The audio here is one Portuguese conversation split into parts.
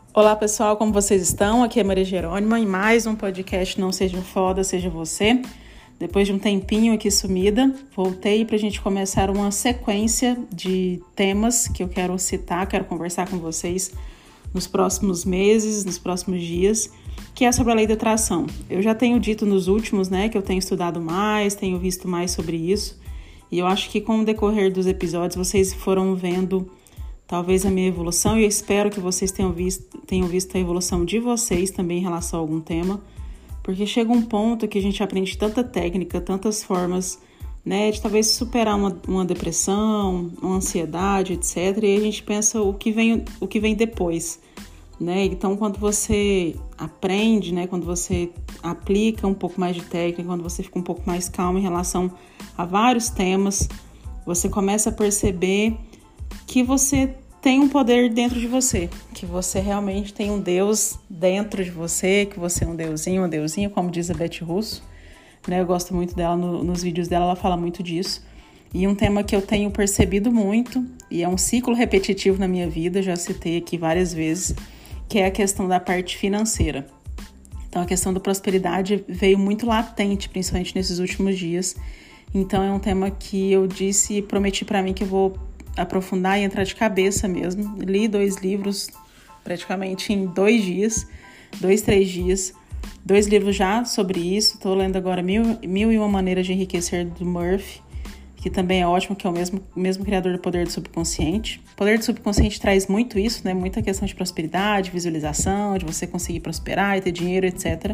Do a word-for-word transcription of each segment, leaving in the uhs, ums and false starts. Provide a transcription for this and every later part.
Olá pessoal, como vocês estão? Aqui é Maria Jerônima em mais um podcast Não Seja um Foda, Seja Você. Depois de um tempinho aqui sumida, voltei para a gente começar uma sequência de temas que eu quero citar, quero conversar com vocês nos próximos meses, nos próximos dias, que é sobre a lei da atração. Eu já tenho dito nos últimos, né, que eu tenho estudado mais, tenho visto mais sobre isso, e eu acho que com o decorrer dos episódios vocês foram vendo talvez a minha evolução, e eu espero que vocês tenham visto, tenham visto a evolução de vocês também em relação a algum tema, porque chega um ponto que a gente aprende tanta técnica, tantas formas, né, de talvez superar uma, uma depressão, uma ansiedade, etcétera. E a gente pensa o que vem, o que vem depois, né? Então, quando você aprende, né, quando você aplica um pouco mais de técnica, quando você fica um pouco mais calmo em relação a vários temas, você começa a perceber que você tem um poder dentro de você, que você realmente tem um Deus dentro de você, que você é um deusinho, uma deusinha, como diz a Beth Russo, né? Eu gosto muito dela, no, nos vídeos dela ela fala muito disso. E um tema que eu tenho percebido muito, e é um ciclo repetitivo na minha vida, já citei aqui várias vezes, que é a questão da parte financeira. Então a questão da prosperidade veio muito latente, principalmente nesses últimos dias. Então é um tema que eu disse e prometi para mim que eu vou aprofundar e entrar de cabeça mesmo. Li dois livros praticamente em dois dias, dois, três dias, dois livros já sobre isso. Estou lendo agora Mil, Mil e Uma Maneiras de Enriquecer, do Murphy, que também é ótimo, que é o mesmo, mesmo criador do Poder do Subconsciente. O Poder do Subconsciente traz muito isso, né? Muita questão de prosperidade, visualização, de você conseguir prosperar e ter dinheiro, etcétera.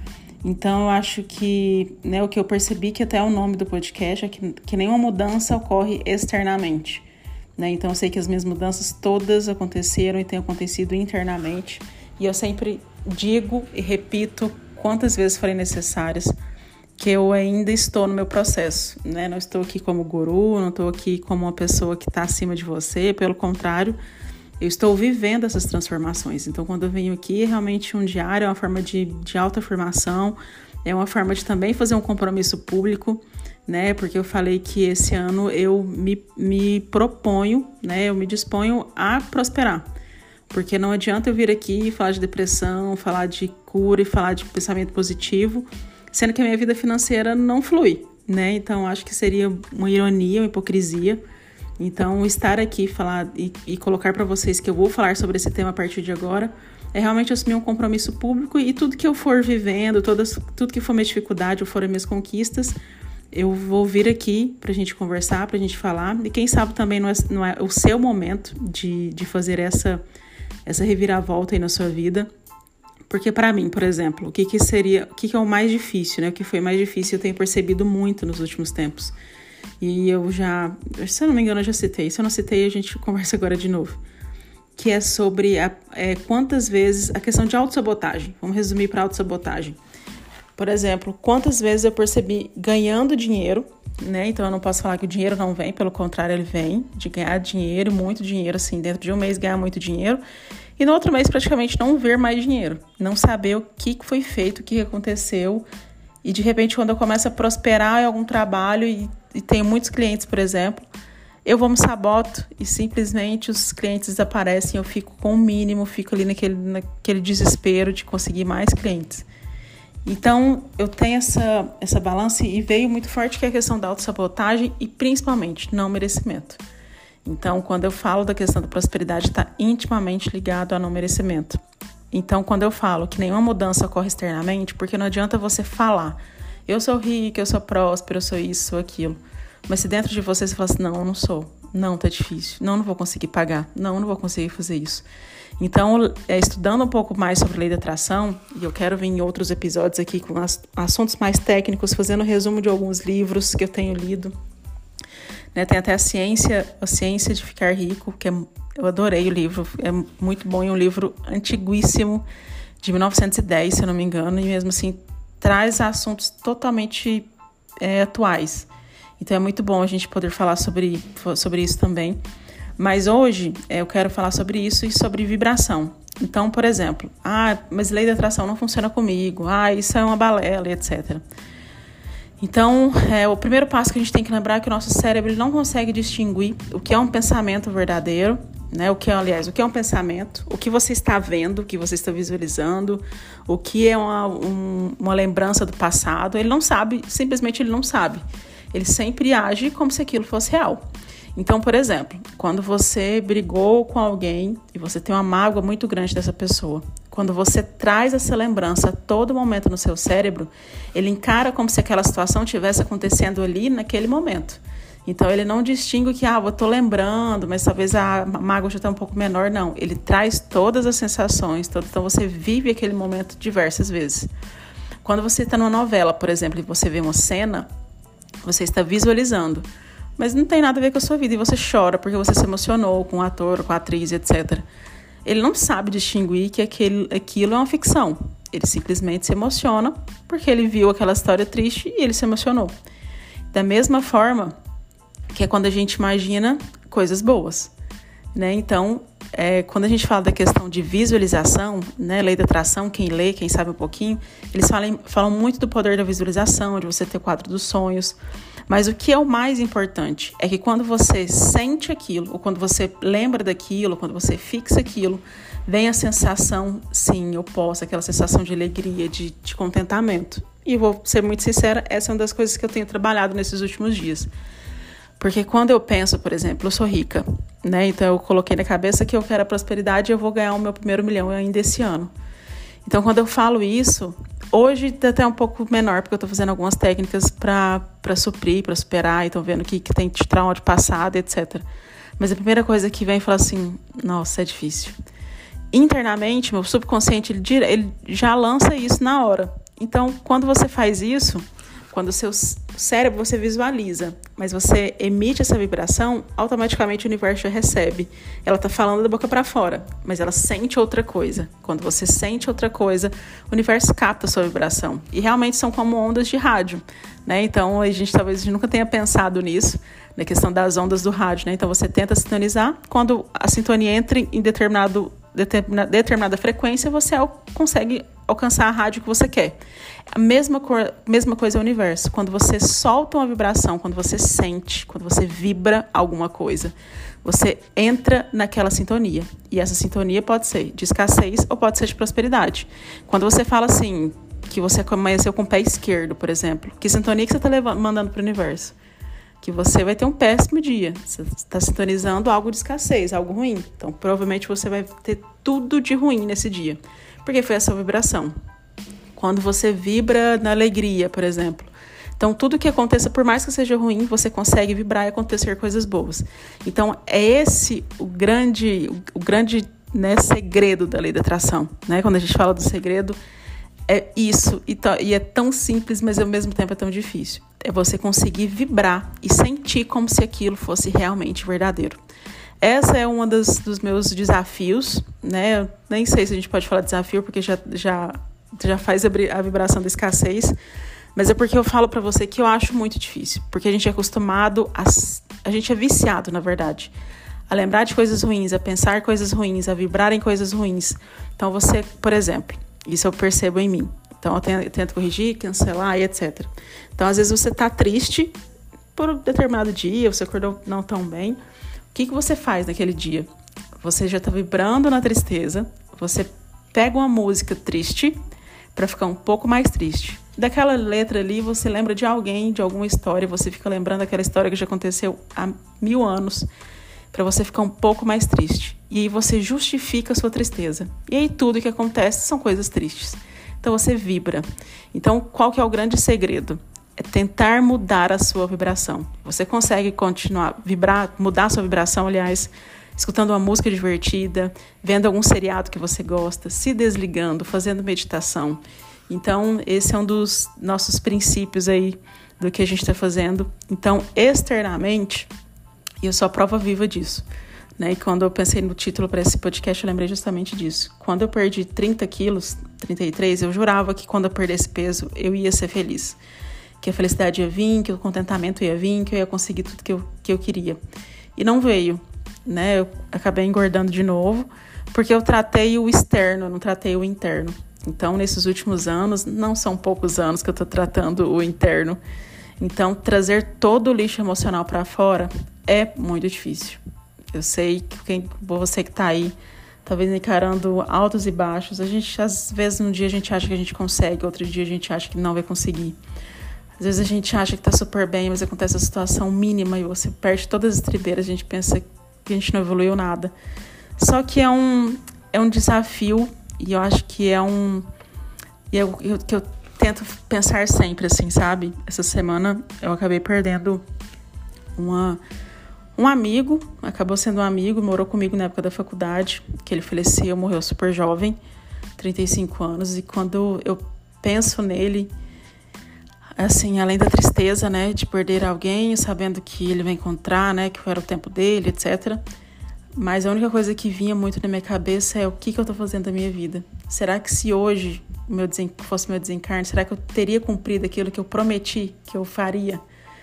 Então, eu acho que, né, o que eu percebi que até o nome do podcast é que, que nenhuma mudança ocorre externamente. Né? Então eu sei que as minhas mudanças todas aconteceram e têm acontecido internamente, e eu sempre digo e repito quantas vezes forem necessárias que eu ainda estou no meu processo, né? Não estou aqui como guru, não estou aqui como uma pessoa que está acima de você, pelo contrário, eu estou vivendo essas transformações. Então quando eu venho aqui é realmente um diário, é uma forma de, de autoafirmação, é uma forma de também fazer um compromisso público, né? Porque eu falei que esse ano eu me, me proponho, né? Eu me disponho a prosperar. Porque não adianta eu vir aqui e falar de depressão, falar de cura e falar de pensamento positivo, sendo que a minha vida financeira não flui, né? Então, acho que seria uma ironia, uma hipocrisia. Então, estar aqui falar e, e colocar para vocês que eu vou falar sobre esse tema a partir de agora é realmente assumir um compromisso público, e tudo que eu for vivendo, todas, tudo que for minha dificuldade ou forem minhas conquistas, eu vou vir aqui pra gente conversar, pra gente falar, e quem sabe também não é, não é o seu momento de, de fazer essa, essa reviravolta aí na sua vida. Porque para mim, por exemplo, o que, que seria, o que, que é o mais difícil, né? O que foi mais difícil eu tenho percebido muito nos últimos tempos. E eu já, se eu não me engano, eu já citei. Se eu não citei, a gente conversa agora de novo. Que é sobre a, é, quantas vezes, a questão de autossabotagem. Vamos resumir para autossabotagem. Por exemplo, quantas vezes eu percebi ganhando dinheiro, né? Então eu não posso falar que o dinheiro não vem, pelo contrário, ele vem, de ganhar dinheiro, muito dinheiro, assim, dentro de um mês ganhar muito dinheiro, e no outro mês praticamente não ver mais dinheiro, não saber o que foi feito, o que aconteceu, e de repente quando eu começo a prosperar em algum trabalho e, e tenho muitos clientes, por exemplo, eu vou me saboto e simplesmente os clientes desaparecem, eu fico com o mínimo, fico ali naquele, naquele desespero de conseguir mais clientes. Então, eu tenho essa, essa balança, e veio muito forte que é a questão da autossabotagem e, principalmente, não merecimento. Então, quando eu falo da questão da prosperidade, está intimamente ligado a não merecimento. Então, quando eu falo que nenhuma mudança ocorre externamente, porque não adianta você falar, eu sou rica, eu sou próspero, eu sou isso, sou aquilo. Mas se dentro de você você fala assim, não, eu não sou, não, tá difícil, não, não vou conseguir pagar, não, não vou conseguir fazer isso. Então, é, estudando um pouco mais sobre a lei da atração, e eu quero vir em outros episódios aqui com as, assuntos mais técnicos, fazendo resumo de alguns livros que eu tenho lido. Né, tem até a ciência, a ciência de Ficar Rico, que é, eu adorei o livro, é muito bom, é um livro antiguíssimo, de mil novecentos e dez, se eu não me engano, e mesmo assim traz assuntos totalmente é, atuais. Então é muito bom a gente poder falar sobre, sobre isso também. Mas hoje eu quero falar sobre isso e sobre vibração. Então, por exemplo, ah, mas lei da atração não funciona comigo, ah, isso é uma balela, etcétera. Então, é, o primeiro passo que a gente tem que lembrar é que o nosso cérebro não consegue distinguir o que é um pensamento verdadeiro né? O que é, aliás, o que é um pensamento, o que você está vendo, o que você está visualizando, o que é uma, um, uma lembrança do passado. Ele não sabe, simplesmente ele não sabe. Ele sempre age como se aquilo fosse real. Então, por exemplo, quando você brigou com alguém e você tem uma mágoa muito grande dessa pessoa, quando você traz essa lembrança a todo momento no seu cérebro, ele encara como se aquela situação estivesse acontecendo ali naquele momento. Então, ele não distingue que, ah, eu estou lembrando, mas talvez a mágoa já está um pouco menor. Não, ele traz todas as sensações, todo, então você vive aquele momento diversas vezes. Quando você está numa novela, por exemplo, e você vê uma cena, você está visualizando, mas não tem nada a ver com a sua vida, e você chora porque você se emocionou com o ator, com a atriz, etcétera. Ele não sabe distinguir que aquele, aquilo é uma ficção. Ele simplesmente se emociona porque ele viu aquela história triste e ele se emocionou. Da mesma forma que é quando a gente imagina coisas boas, né? Então, é, quando a gente fala da questão de visualização, né, lei da atração, quem lê, quem sabe um pouquinho, eles falam, falam muito do poder da visualização, de você ter o quadro dos sonhos. Mas o que é o mais importante é que quando você sente aquilo, ou quando você lembra daquilo, quando você fixa aquilo, vem a sensação, sim, eu posso, aquela sensação de alegria, de, de contentamento. E vou ser muito sincera, essa é uma das coisas que eu tenho trabalhado nesses últimos dias. Porque quando eu penso, por exemplo, eu sou rica, né? Então eu coloquei na cabeça que eu quero a prosperidade e eu vou ganhar o meu primeiro milhão ainda esse ano. Então quando eu falo isso, hoje tá até um pouco menor, porque eu estou fazendo algumas técnicas para suprir, para superar, e estou vendo que, que tem trauma de passado, etcétera. Mas a primeira coisa que vem é falar assim, nossa, é difícil. Internamente, meu subconsciente, ele, ele já lança isso na hora. Então, quando você faz isso, quando o seu cérebro você visualiza, mas você emite essa vibração, automaticamente o universo já recebe. Ela está falando da boca para fora, mas ela sente outra coisa. Quando você sente outra coisa, o universo capta a sua vibração. E realmente são como ondas de rádio, né? Então, a gente talvez a gente nunca tenha pensado nisso, na questão das ondas do rádio, né? Então, você tenta sintonizar, quando a sintonia entra em determinado, determinada, determinada frequência, você al- consegue alcançar a rádio que você quer. A mesma, cor, mesma coisa é o universo. Quando você solta uma vibração, quando você sente, quando você vibra alguma coisa, você entra naquela sintonia. E essa sintonia pode ser de escassez ou pode ser de prosperidade. Quando você fala assim, que você amanheceu com o pé esquerdo, por exemplo, que sintonia que você está mandando para o universo? Que você vai ter um péssimo dia. Você está sintonizando algo de escassez, algo ruim. Então, provavelmente você vai ter tudo de ruim nesse dia. Porque foi essa vibração. Quando você vibra na alegria, por exemplo. Então, tudo que aconteça, por mais que seja ruim, você consegue vibrar e acontecer coisas boas. Então, é esse o grande, o grande né, segredo da lei da atração. Né? Quando a gente fala do segredo, é isso. E, t- e é tão simples, mas ao mesmo tempo é tão difícil. É você conseguir vibrar e sentir como se aquilo fosse realmente verdadeiro. Essa é uma das, dos meus desafios, né? Eu nem sei se a gente pode falar desafio, porque já, já, já faz a, a vibração da escassez, mas é porque eu falo pra você que eu acho muito difícil, porque a gente é acostumado, a, a gente é viciado, na verdade, a lembrar de coisas ruins, a pensar coisas ruins, a vibrar em coisas ruins. Então você, por exemplo, isso eu percebo em mim. Então eu tento, eu tento corrigir, cancelar e etcétera. Então às vezes você tá triste por um determinado dia, você acordou não tão bem. O que, que você faz naquele dia? Você já está vibrando na tristeza, você pega uma música triste para ficar um pouco mais triste. Daquela letra ali, você lembra de alguém, de alguma história, você fica lembrando daquela história que já aconteceu há mil anos, para você ficar um pouco mais triste. E aí você justifica a sua tristeza. E aí tudo que acontece são coisas tristes. Então você vibra. Então qual que é o grande segredo? É tentar mudar a sua vibração. Você consegue continuar, vibrar, mudar a sua vibração, aliás, escutando uma música divertida, vendo algum seriado que você gosta, se desligando, fazendo meditação. Então, esse é um dos nossos princípios aí do que a gente está fazendo. Então, externamente, eu sou a prova viva disso. Né? E quando eu pensei no título para esse podcast, eu lembrei justamente disso. Quando eu perdi trinta quilos, trinta e três, eu jurava que quando eu perdesse peso, eu ia ser feliz. Que a felicidade ia vir, que o contentamento ia vir, que eu ia conseguir tudo que eu, que eu queria. E não veio, né? Eu acabei engordando de novo, porque eu tratei o externo, não tratei o interno. Então, nesses últimos anos, não são poucos anos que eu tô tratando o interno. Então, trazer todo o lixo emocional para fora é muito difícil. Eu sei que quem, você que tá aí, talvez encarando altos e baixos, a gente, às vezes, um dia a gente acha que a gente consegue, outro dia a gente acha que não vai conseguir. Às vezes a gente acha que tá super bem, mas acontece a situação mínima e você perde todas as estribeiras, a gente pensa que a gente não evoluiu nada. Só que é um, é um desafio e eu acho que é um... E eu, eu, que eu tento pensar sempre, assim, sabe? Essa semana eu acabei perdendo uma, um amigo, acabou sendo um amigo, morou comigo na época da faculdade, que ele faleceu, morreu super jovem, trinta e cinco anos, e quando eu penso nele, assim, além da tristeza, né, de perder alguém, sabendo que ele vai encontrar, né, que era o tempo dele, etcétera. Mas a única coisa que vinha muito na minha cabeça é o que, que eu tô fazendo da minha vida. Será que se hoje o meu desen... fosse meu desencarne, será que eu teria cumprido aquilo que eu prometi que eu faria?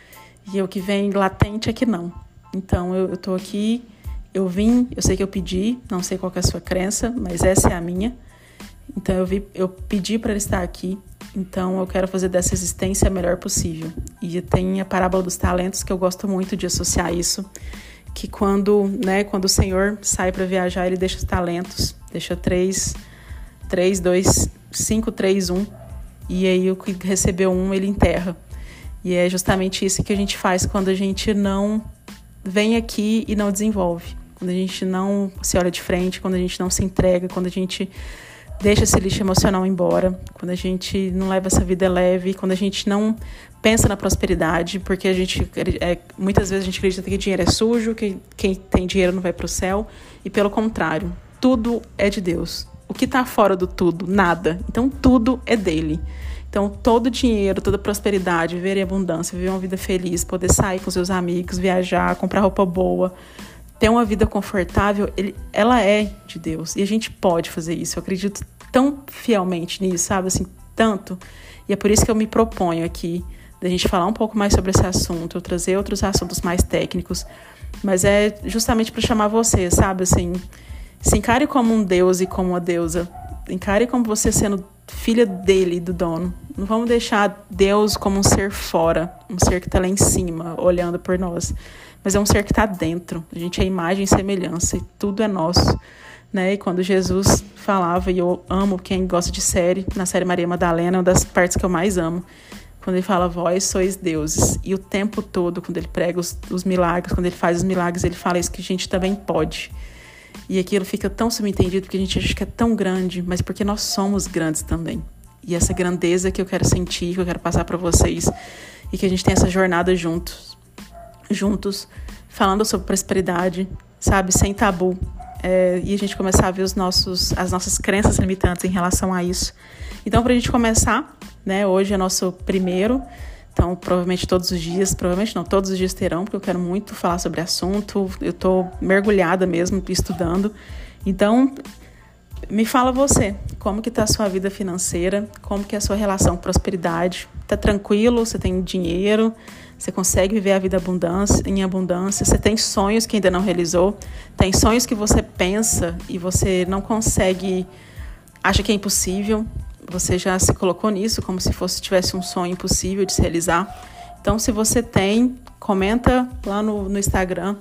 E o que vem latente é que não. Então, eu, eu tô aqui, eu vim, eu sei que eu pedi, não sei qual que é a sua crença, mas essa é a minha. Então, eu, vi, eu pedi para ele estar aqui. Então, eu quero fazer dessa existência a melhor possível. E tem a parábola dos talentos, que eu gosto muito de associar isso, que quando, né, quando o Senhor sai para viajar, ele deixa os talentos, deixa três, três, dois, cinco, três, um, e aí o que recebeu um, ele enterra. E é justamente isso que a gente faz quando a gente não vem aqui e não desenvolve, quando a gente não se olha de frente, quando a gente não se entrega, quando a gente deixa esse lixo emocional embora, quando a gente não leva essa vida leve, quando a gente não pensa na prosperidade, porque a gente, é, muitas vezes a gente acredita que dinheiro é sujo, que quem tem dinheiro não vai para o céu, e pelo contrário, tudo é de Deus. O que está fora do tudo? Nada. Então, tudo é dele. Então, todo dinheiro, toda prosperidade, viver em abundância, viver uma vida feliz, poder sair com seus amigos, viajar, comprar roupa boa, ter uma vida confortável, ele, ela é de Deus. E a gente pode fazer isso. Eu acredito tão fielmente nisso, sabe? Assim, tanto. E é por isso que eu me proponho aqui, da gente falar um pouco mais sobre esse assunto, eu trazer outros assuntos mais técnicos. Mas é justamente para chamar você, sabe? Assim, se encare como um Deus e como uma deusa. Encare como você sendo filha dele, do dono. Não vamos deixar Deus como um ser fora, um ser que está lá em cima, olhando por nós. Mas é um ser que está dentro. A gente é imagem e semelhança e tudo é nosso, né? E quando Jesus falava, e eu amo quem gosta de série, na série Maria Madalena, é uma das partes que eu mais amo, quando ele fala, vós sois deuses. E o tempo todo, quando ele prega os, os milagres, quando ele faz os milagres, ele fala isso que a gente também pode. E aquilo fica tão subentendido porque a gente acha que é tão grande, mas porque nós somos grandes também. E essa grandeza que eu quero sentir, que eu quero passar para vocês, e que a gente tem essa jornada juntos, juntos, falando sobre prosperidade, sabe, sem tabu. É, e a gente começar a ver os nossos, as nossas crenças limitantes em relação a isso. Então, para a gente começar, né, hoje é nosso primeiro, então provavelmente todos os dias, provavelmente não, todos os dias terão, porque eu quero muito falar sobre assunto, eu estou mergulhada mesmo, estudando. Então, me fala você, como que está a sua vida financeira, como que é a sua relação com prosperidade? Está tranquilo, você tem dinheiro, você consegue viver a vida abundância, em abundância, você tem sonhos que ainda não realizou, tem sonhos que você pensa e você não consegue, acha que é impossível, você já se colocou nisso como se fosse tivesse um sonho impossível de se realizar. Então, se você tem, comenta lá no, no Instagram,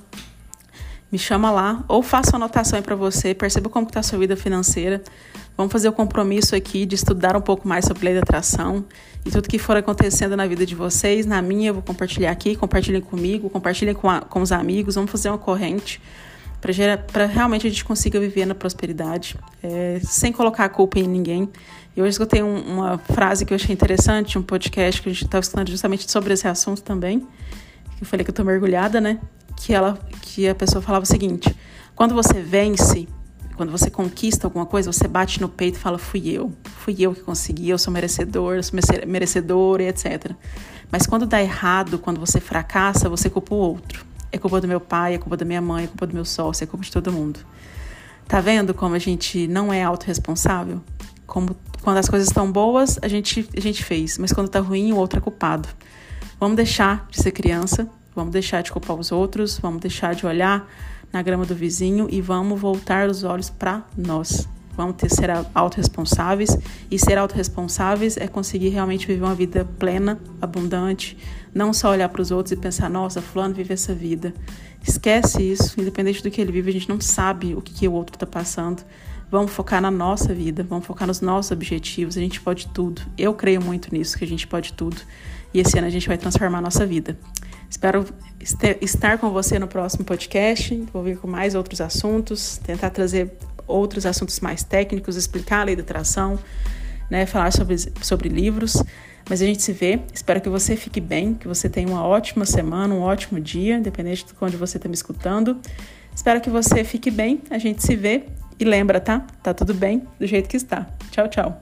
me chama lá, ou faça uma anotação aí para você, perceba como está a sua vida financeira. Vamos fazer o compromisso aqui de estudar um pouco mais sobre lei da atração e tudo que for acontecendo na vida de vocês, na minha, eu vou compartilhar aqui, compartilhem comigo, compartilhem com, a, com os amigos, vamos fazer uma corrente para realmente a gente consiga viver na prosperidade, é, sem colocar a culpa em ninguém. E hoje eu tenho um, uma frase que eu achei interessante, um podcast que a gente estava escutando justamente sobre esse assunto também, que eu falei que eu estou mergulhada, né? Que, ela, que a pessoa falava o seguinte, quando você vence, quando você conquista alguma coisa, você bate no peito e fala, fui eu, fui eu que consegui, eu sou merecedor, eu sou merecedor e etcétera. Mas quando dá errado, quando você fracassa, você culpa o outro. É culpa do meu pai, é culpa da minha mãe, é culpa do meu sócio, é culpa de todo mundo. Tá vendo como a gente não é autorresponsável? Como quando as coisas estão boas, a gente, a gente fez, mas quando tá ruim, o outro é culpado. Vamos deixar de ser criança, vamos deixar de culpar os outros, vamos deixar de olhar na grama do vizinho e vamos voltar os olhos para nós. Vamos ter, ser autorresponsáveis, e ser autorresponsáveis é conseguir realmente viver uma vida plena, abundante, Não só olhar para os outros e pensar, nossa, fulano vive essa vida. Esquece isso, independente do que ele vive, a gente não sabe o que, que o outro está passando. Vamos focar na nossa vida, vamos focar nos nossos objetivos, a gente pode tudo. Eu creio muito nisso, que a gente pode tudo. E esse ano a gente vai transformar a nossa vida. Espero estar com você no próximo podcast, vou vir com mais outros assuntos, tentar trazer outros assuntos mais técnicos, explicar a lei da atração, né, falar sobre, sobre livros. Mas a gente se vê, espero que você fique bem, que você tenha uma ótima semana, um ótimo dia, independente de onde você está me escutando. Espero que você fique bem, a gente se vê e lembra, tá? Tá tudo bem do jeito que está. Tchau, tchau.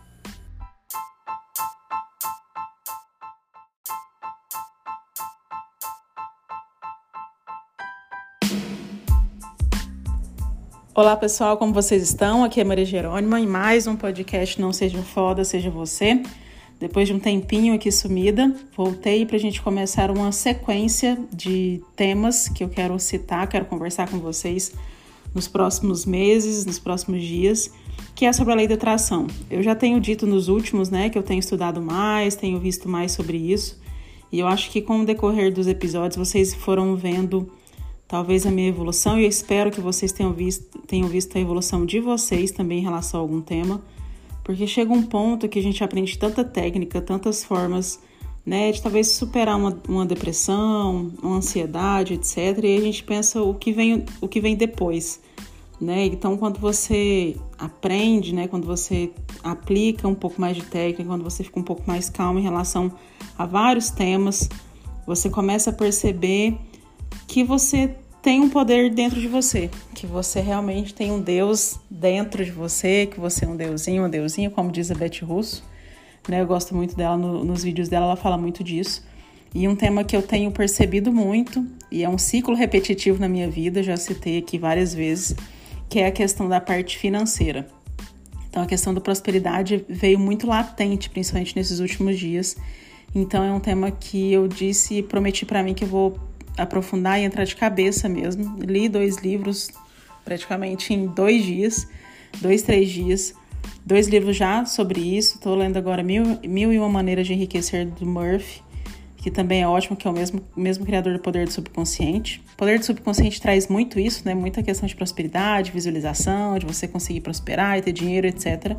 Olá pessoal, como vocês estão? Aqui é Maria Jerônima em mais um podcast Não Seja Foda, Seja Você. Depois de um tempinho aqui sumida, voltei para a gente começar uma sequência de temas que eu quero citar, quero conversar com vocês nos próximos meses, nos próximos dias, que é sobre a lei da atração. Eu já tenho dito nos últimos, né, que eu tenho estudado mais, tenho visto mais sobre isso, e eu acho que com o decorrer dos episódios vocês foram vendo talvez a minha evolução, e eu espero que vocês tenham visto, tenham visto a evolução de vocês também em relação a algum tema. Porque chega um ponto que a gente aprende tanta técnica, tantas formas, né, de talvez superar uma, uma depressão, uma ansiedade, etcétera. E a gente pensa o que vem, o que vem depois, né? Então, quando você aprende, né, quando você aplica um pouco mais de técnica, quando você fica um pouco mais calmo em relação a vários temas, você começa a perceber que você tem um poder dentro de você, que você realmente tem um Deus dentro de você, que você é um deusinho, uma deusinha, como diz a Beth Russo, né? Eu gosto muito dela, no, nos vídeos dela ela fala muito disso. E um tema que eu tenho percebido muito, e é um ciclo repetitivo na minha vida, já citei aqui várias vezes, que é a questão da parte financeira. Então a questão da prosperidade veio muito latente, principalmente nesses últimos dias. Então é um tema que eu disse e prometi para mim que eu vou aprofundar e entrar de cabeça mesmo. Li dois livros praticamente em dois dias, dois, três dias, dois livros já sobre isso. Estou lendo agora Mil, Mil e Uma Maneiras de Enriquecer, do Murphy, que também é ótimo, que é o mesmo, mesmo criador do Poder do Subconsciente. O Poder do Subconsciente traz muito isso, né? Muita questão de prosperidade, visualização, de você conseguir prosperar e ter dinheiro, etcétera.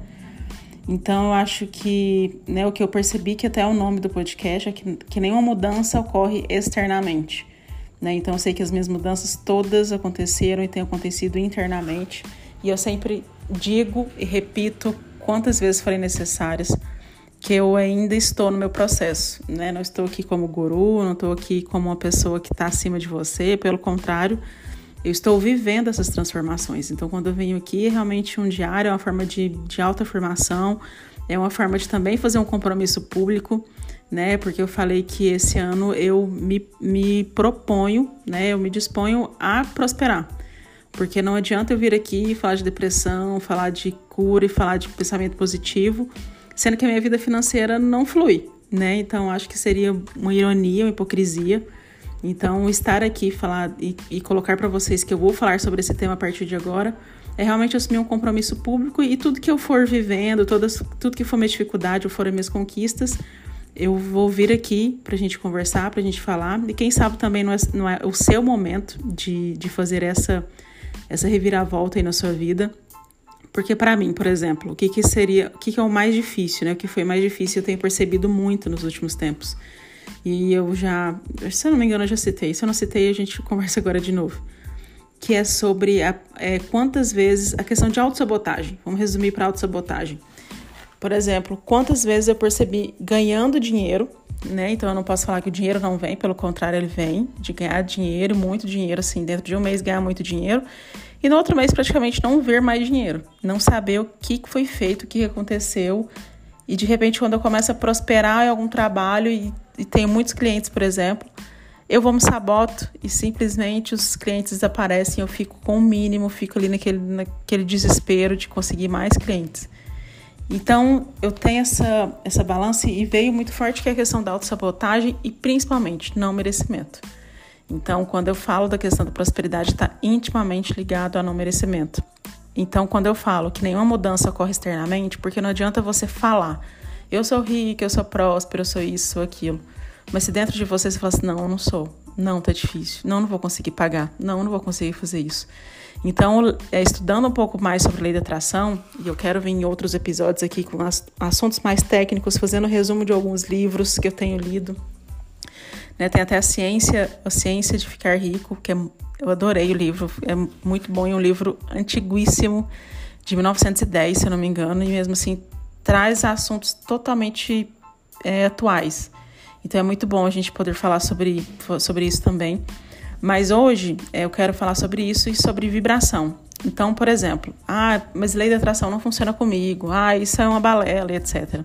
Então, eu acho que, né, o que eu percebi que até é o nome do podcast é que, que nenhuma mudança ocorre externamente. Né? Então eu sei que as minhas mudanças todas aconteceram e têm acontecido internamente, e eu sempre digo e repito quantas vezes forem necessárias que eu ainda estou no meu processo, né? Não estou aqui como guru, não estou aqui como uma pessoa que está acima de você, pelo contrário, eu estou vivendo essas transformações. Então quando eu venho aqui, é realmente um diário, é uma forma de, de autoafirmação, é uma forma de também fazer um compromisso público, né? Porque eu falei que esse ano eu me, me proponho, né? Eu me disponho a prosperar. Porque não adianta eu vir aqui e falar de depressão, falar de cura e falar de pensamento positivo, sendo que a minha vida financeira não flui, né? Então acho que seria uma ironia, uma hipocrisia. Então estar aqui falar e, e colocar para vocês que eu vou falar sobre esse tema a partir de agora é realmente assumir um compromisso público, e tudo que eu for vivendo, todas, tudo que for minha dificuldade ou forem minhas conquistas, eu vou vir aqui pra gente conversar, pra gente falar, e quem sabe também não é, não é o seu momento de, de fazer essa, essa reviravolta aí na sua vida. Porque para mim, por exemplo, o que, que seria, o que, que é o mais difícil, né? O que foi mais difícil eu tenho percebido muito nos últimos tempos. E eu já, se eu não me engano, eu já citei. Se eu não citei, a gente conversa agora de novo. Que é sobre a, é, quantas vezes a questão de autossabotagem. Vamos resumir para autossabotagem. Por exemplo, quantas vezes eu percebi ganhando dinheiro, né? Então eu não posso falar que o dinheiro não vem, pelo contrário, ele vem, de ganhar dinheiro, muito dinheiro, assim, dentro de um mês ganhar muito dinheiro, e no outro mês praticamente não ver mais dinheiro, não saber o que foi feito, o que aconteceu, e de repente quando eu começo a prosperar em algum trabalho e, e tenho muitos clientes, por exemplo, eu vou me saboto e simplesmente os clientes desaparecem, eu fico com o mínimo, fico ali naquele, naquele desespero de conseguir mais clientes. Então, eu tenho essa, essa balança, e veio muito forte que é a questão da autossabotagem e principalmente não merecimento. Então, quando eu falo da questão da prosperidade, está intimamente ligado ao não merecimento. Então, quando eu falo que nenhuma mudança ocorre externamente, porque não adianta você falar, eu sou rica, eu sou próspera, eu sou isso, sou aquilo. Mas se dentro de você você fala assim, não, eu não sou, não, tá difícil, não, não vou conseguir pagar, não, não vou conseguir fazer isso. Então, é, estudando um pouco mais sobre lei da atração, e eu quero vir em outros episódios aqui com as, assuntos mais técnicos, fazendo resumo de alguns livros que eu tenho lido. Né, tem até a ciência, a ciência de Ficar Rico, que é, eu adorei o livro, é muito bom, é um livro antiguíssimo, de mil novecentos e dez, se eu não me engano, e mesmo assim traz assuntos totalmente é, atuais. Então é muito bom a gente poder falar sobre, sobre isso também. Mas hoje é, eu quero falar sobre isso e sobre vibração. Então, por exemplo, ah, mas lei da atração não funciona comigo, ah, isso é uma balela, etcétera.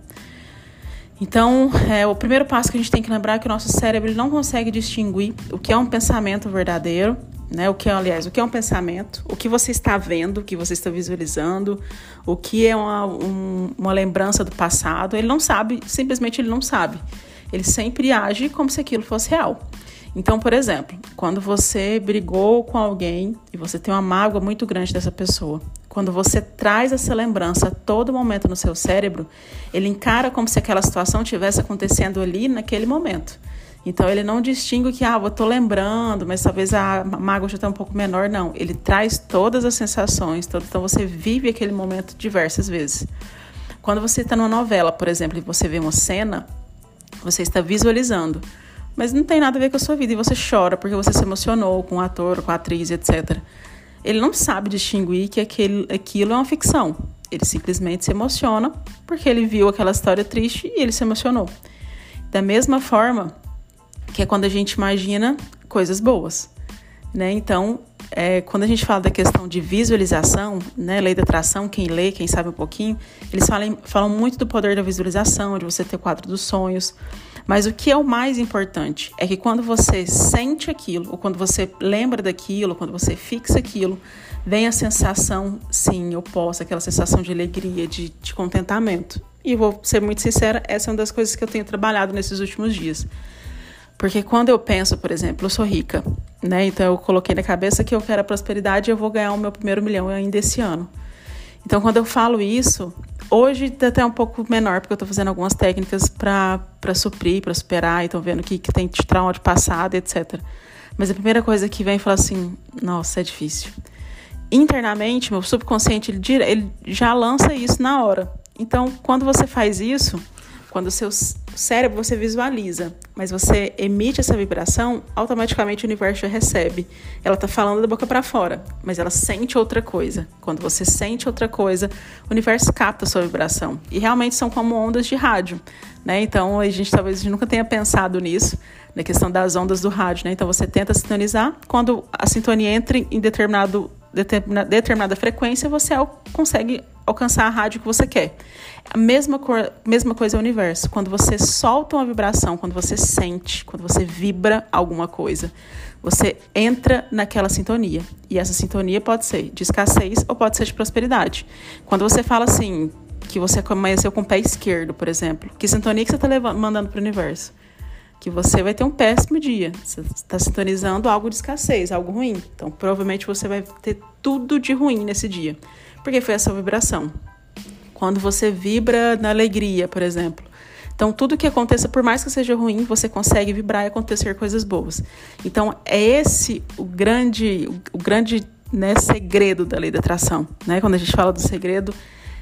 Então, é, o primeiro passo que a gente tem que lembrar é que o nosso cérebro ele não consegue distinguir o que é um pensamento verdadeiro, né? O que é, aliás, o que é um pensamento, o que você está vendo, o que você está visualizando, o que é uma, um, uma lembrança do passado. Ele não sabe, simplesmente ele não sabe. Ele sempre age como se aquilo fosse real. Então, por exemplo, quando você brigou com alguém e você tem uma mágoa muito grande dessa pessoa, quando você traz essa lembrança a todo momento no seu cérebro, ele encara como se aquela situação estivesse acontecendo ali naquele momento. Então, ele não distingue que, ah, eu estou lembrando, mas talvez a mágoa já está um pouco menor. Não, ele traz todas as sensações, todo, então você vive aquele momento diversas vezes. Quando você está numa novela, por exemplo, e você vê uma cena, você está visualizando, mas não tem nada a ver com a sua vida, e você chora porque você se emocionou com o ator, com a atriz, etcétera. Ele não sabe distinguir que aquele, aquilo é uma ficção. Ele simplesmente se emociona porque ele viu aquela história triste e ele se emocionou. Da mesma forma que é quando a gente imagina coisas boas, né? Então, é, quando a gente fala da questão de visualização, né, lei da atração, quem lê, quem sabe um pouquinho, eles falam, falam muito do poder da visualização, de você ter o quadro dos sonhos. Mas o que é o mais importante é que quando você sente aquilo, ou quando você lembra daquilo, quando você fixa aquilo, vem a sensação, sim, eu posso, aquela sensação de alegria, de, de contentamento. E vou ser muito sincera, essa é uma das coisas que eu tenho trabalhado nesses últimos dias. Porque quando eu penso, por exemplo, eu sou rica, né? Então eu coloquei na cabeça que eu quero a prosperidade e eu vou ganhar o meu primeiro milhão ainda esse ano. Então quando eu falo isso, hoje está até um pouco menor, porque eu estou fazendo algumas técnicas para suprir, para superar, e estou vendo que, que tem trauma de passado, etcétera. Mas a primeira coisa que vem é falar assim, nossa, é difícil. Internamente, meu subconsciente, ele, ele já lança isso na hora. Então, quando você faz isso, quando o seu cérebro você visualiza, mas você emite essa vibração, automaticamente o universo já recebe. Ela está falando da boca para fora, mas ela sente outra coisa. Quando você sente outra coisa, o universo capta a sua vibração. E realmente são como ondas de rádio, né? Então, a gente talvez a gente nunca tenha pensado nisso, na questão das ondas do rádio, né? Então, você tenta sintonizar, quando a sintonia entra em determinado, determinada, determinada frequência, você consegue alcançar a rádio que você quer. A mesma, cor, mesma coisa é o universo. Quando você solta uma vibração, quando você sente, quando você vibra alguma coisa, você entra naquela sintonia. E essa sintonia pode ser de escassez ou pode ser de prosperidade. Quando você fala assim, que você amanheceu com o pé esquerdo, por exemplo, que sintonia que você está mandando para o universo? Que você vai ter um péssimo dia. Você está sintonizando algo de escassez, algo ruim. Então, provavelmente você vai ter tudo de ruim nesse dia. Porque foi essa vibração. Quando você vibra na alegria, por exemplo. Então, tudo que aconteça, por mais que seja ruim, você consegue vibrar e acontecer coisas boas. Então, é esse o grande, o grande né, segredo da lei da atração. Né? Quando a gente fala do segredo,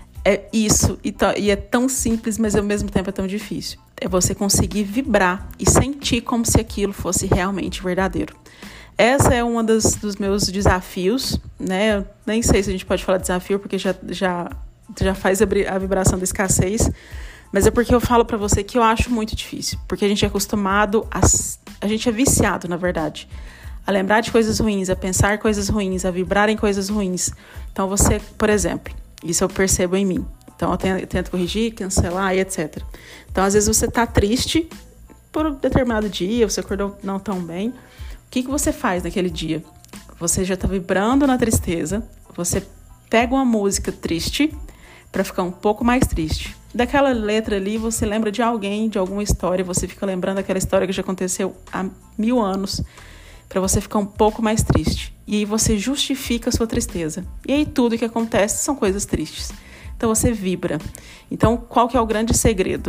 é isso. E, to, e é tão simples, mas ao mesmo tempo é tão difícil. É você conseguir vibrar e sentir como se aquilo fosse realmente verdadeiro. Essa é um dos, dos meus desafios, né? Eu nem sei se a gente pode falar desafio, porque já, já, já faz a, a vibração da escassez, mas é porque eu falo pra você que eu acho muito difícil, porque a gente é acostumado, a, a gente é viciado, na verdade, a lembrar de coisas ruins, a pensar coisas ruins, a vibrar em coisas ruins. Então você, por exemplo, isso eu percebo em mim. Então eu tento, eu tento corrigir, cancelar e etcétera. Então às vezes você tá triste por um determinado dia, você acordou não tão bem. O que, que você faz naquele dia? Você já está vibrando na tristeza, você pega uma música triste para ficar um pouco mais triste. Daquela letra ali, você lembra de alguém, de alguma história, você fica lembrando daquela história que já aconteceu há mil anos, para você ficar um pouco mais triste. E aí você justifica a sua tristeza. E aí tudo que acontece são coisas tristes. Então você vibra. Então qual que é o grande segredo?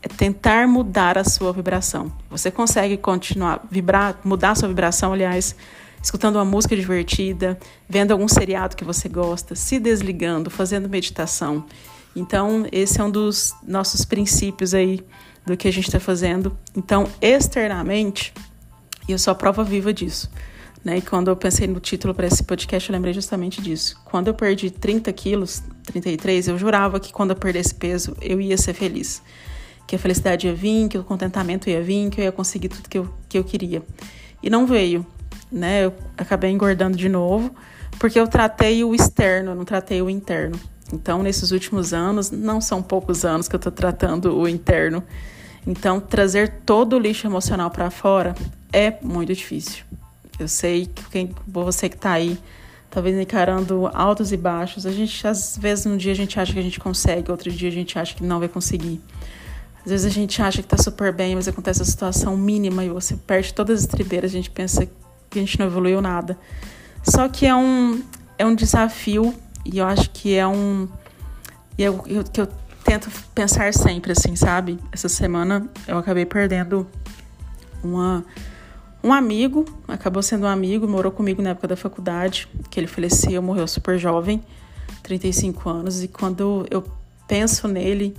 é tentar mudar a sua vibração. Você consegue continuar, vibrar, mudar a sua vibração, aliás, escutando uma música divertida, vendo algum seriado que você gosta, se desligando, fazendo meditação. Então, esse é um dos nossos princípios aí do que a gente está fazendo. Então, externamente, eu sou a prova viva disso. Né? E quando eu pensei no título para esse podcast, eu lembrei justamente disso. Quando eu perdi trinta quilos, trinta e três, eu jurava que quando eu perdesse peso, eu ia ser feliz. Que a felicidade ia vir, que o contentamento ia vir, que eu ia conseguir tudo que eu, que eu queria. E não veio. Né? Eu acabei engordando de novo, porque eu tratei o externo, não tratei o interno. Então, nesses últimos anos, não são poucos anos que eu estou tratando o interno. Então, trazer todo o lixo emocional para fora é muito difícil. Eu sei que quem, você que está aí, talvez encarando altos e baixos, a gente, às vezes, um dia a gente acha que a gente consegue, outro dia a gente acha que não vai conseguir. Às vezes a gente acha que está super bem, mas acontece a situação mínima e você perde todas as estribeiras, a gente pensa que a gente não evoluiu nada. Só que é um, é um desafio e eu acho que é um... E eu, eu, que eu tento pensar sempre, assim, sabe? Essa semana eu acabei perdendo uma... Um amigo, acabou sendo um amigo, morou comigo na época da faculdade, que ele faleceu, morreu super jovem, trinta e cinco anos, e quando eu penso nele,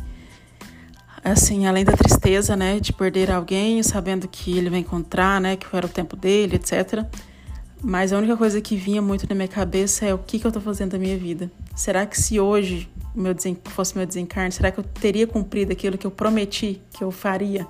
assim, além da tristeza, né, de perder alguém, sabendo que ele vai encontrar, né, que era o tempo dele, etcétera, mas a única coisa que vinha muito na minha cabeça é o que, que eu tô fazendo da minha vida. Será que se hoje o meu desen... fosse meu desencarne, será que eu teria cumprido aquilo que eu prometi que eu faria?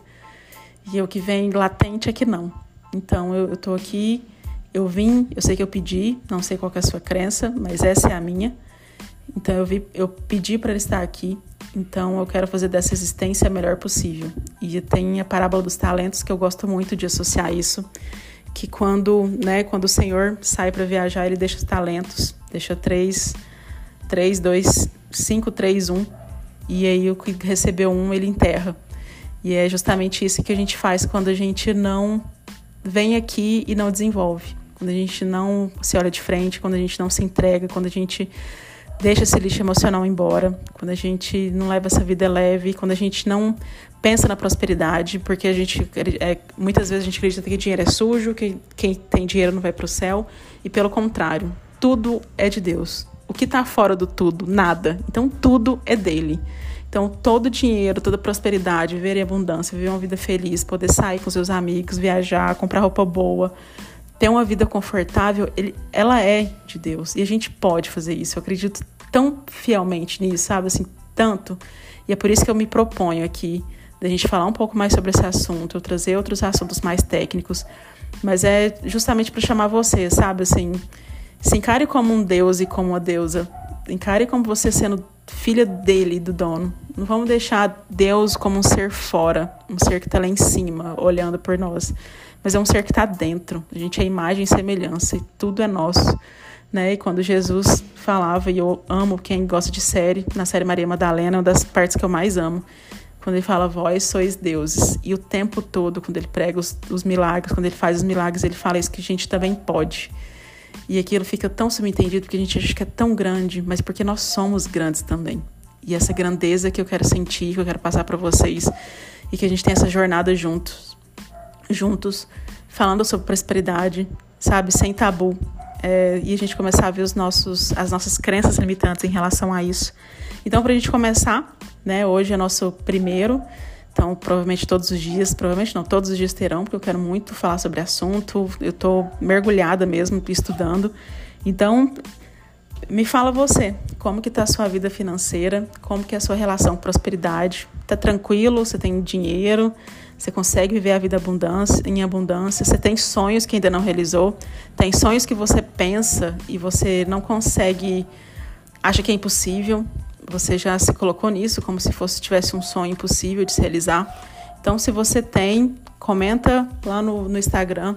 E o que vem latente é que não. Então, eu, eu tô aqui, eu vim, eu sei que eu pedi, não sei qual que é a sua crença, mas essa é a minha. Então, eu, vi, eu pedi para ele estar aqui, então eu quero fazer dessa existência a melhor possível. E tem a parábola dos talentos, que eu gosto muito de associar isso, que quando, né, quando o Senhor sai para viajar, ele deixa os talentos, deixa três, três, dois, cinco, três, um, e aí o que recebeu um, ele enterra. E é justamente isso que a gente faz quando a gente não... vem aqui e não desenvolve, quando a gente não se olha de frente, quando a gente não se entrega, quando a gente deixa esse lixo emocional embora, quando a gente não leva essa vida leve, quando a gente não pensa na prosperidade, porque a gente, é, muitas vezes a gente acredita que dinheiro é sujo, que quem tem dinheiro não vai para o céu, e pelo contrário, tudo é de Deus. O que está fora do tudo? Nada. Então tudo é dele. Então, todo dinheiro, toda prosperidade, viver em abundância, viver uma vida feliz, poder sair com seus amigos, viajar, comprar roupa boa, ter uma vida confortável, ele, ela é de Deus. E a gente pode fazer isso. Eu acredito tão fielmente nisso, sabe? Assim, tanto. E é por isso que eu me proponho aqui, da gente falar um pouco mais sobre esse assunto, eu trazer outros assuntos mais técnicos. Mas é justamente para chamar você, sabe? Assim, se encare como um Deus e como uma deusa. Encare como você sendo filha dele, do dono. Não vamos deixar Deus como um ser fora, um ser que está lá em cima, olhando por nós. Mas é um ser que está dentro. A gente é imagem e semelhança, e tudo é nosso. Né? E quando Jesus falava, e eu amo quem gosta de série, na série Maria Madalena, é uma das partes que eu mais amo, quando ele fala, vós sois deuses. E o tempo todo, quando ele prega os, os milagres, quando ele faz os milagres, ele fala isso que a gente também pode. E aquilo fica tão subentendido porque a gente acha que é tão grande, mas porque nós somos grandes também. E essa grandeza que eu quero sentir, que eu quero passar para vocês, e que a gente tem essa jornada juntos, juntos, falando sobre prosperidade, sabe, sem tabu, é, e a gente começar a ver os nossos, as nossas crenças limitantes em relação a isso. Então, para a gente começar, né, hoje é nosso primeiro. Então, provavelmente todos os dias, provavelmente não, todos os dias terão, porque eu quero muito falar sobre assunto, eu estou mergulhada mesmo, estudando. Então, me fala você, como que está a sua vida financeira, como que é a sua relação com prosperidade? Está tranquilo, você tem dinheiro, você consegue viver a vida abundância, em abundância, você tem sonhos que ainda não realizou, tem sonhos que você pensa e você não consegue, acha que é impossível. Você já se colocou nisso como se fosse tivesse um sonho impossível de se realizar. Então, se você tem, comenta lá no, no Instagram,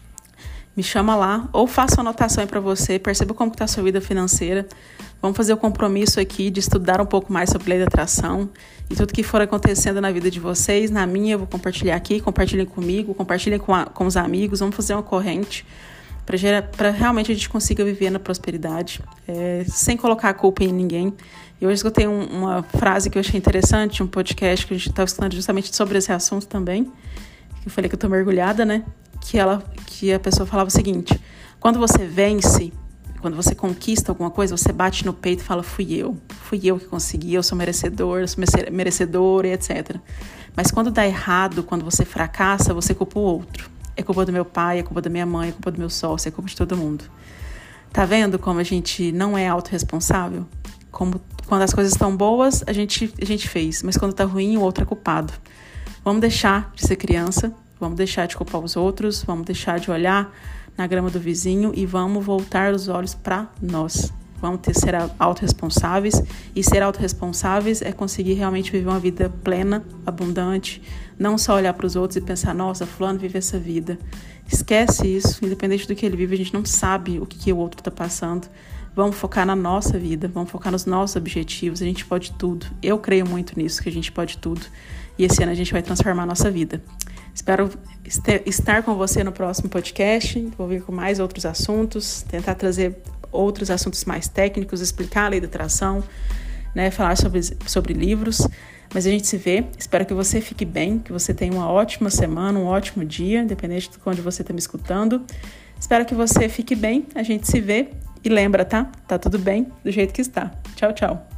me chama lá, ou faça uma anotação aí para você, perceba como está a sua vida financeira. Vamos fazer o compromisso aqui de estudar um pouco mais sobre lei da atração e tudo que for acontecendo na vida de vocês, na minha, eu vou compartilhar aqui, compartilhem comigo, compartilhem com, a, com os amigos, vamos fazer uma corrente para realmente a gente consiga viver na prosperidade, é, sem colocar a culpa em ninguém. E hoje eu escutei um, uma frase que eu achei interessante, um podcast que a gente estava escutando justamente sobre esse assunto também, que eu falei que eu tô mergulhada, né? Que, ela, que a pessoa falava o seguinte: quando você vence, quando você conquista alguma coisa, você bate no peito e fala, fui eu, fui eu que consegui, eu sou merecedor, eu sou merecedora, etcétera. Mas quando dá errado, quando você fracassa, você culpa o outro. É culpa do meu pai, é culpa da minha mãe, é culpa do meu sócio, é culpa de todo mundo. Tá vendo como a gente não é autorresponsável? Como quando as coisas estão boas, a gente, a gente fez, mas quando tá ruim, o outro é culpado. Vamos deixar de ser criança, vamos deixar de culpar os outros, vamos deixar de olhar na grama do vizinho e vamos voltar os olhos para nós. Vamos ter ser autorresponsáveis, e ser autorresponsáveis é conseguir realmente viver uma vida plena, abundante, não só olhar para os outros e pensar, nossa, fulano vive essa vida. Esquece isso, independente do que ele vive, a gente não sabe o que, que o outro está passando. Vamos focar na nossa vida, vamos focar nos nossos objetivos, a gente pode tudo. Eu creio muito nisso, que a gente pode tudo. E esse ano a gente vai transformar a nossa vida. Espero estar com você no próximo podcast, vou vir com mais outros assuntos, tentar trazer outros assuntos mais técnicos, explicar a lei da atração, né, falar sobre, sobre livros, mas a gente se vê. Espero que você fique bem, que você tenha uma ótima semana, um ótimo dia, independente de onde você está me escutando. Espero que você fique bem, a gente se vê e lembra, tá? Tá tudo bem do jeito que está. Tchau, tchau.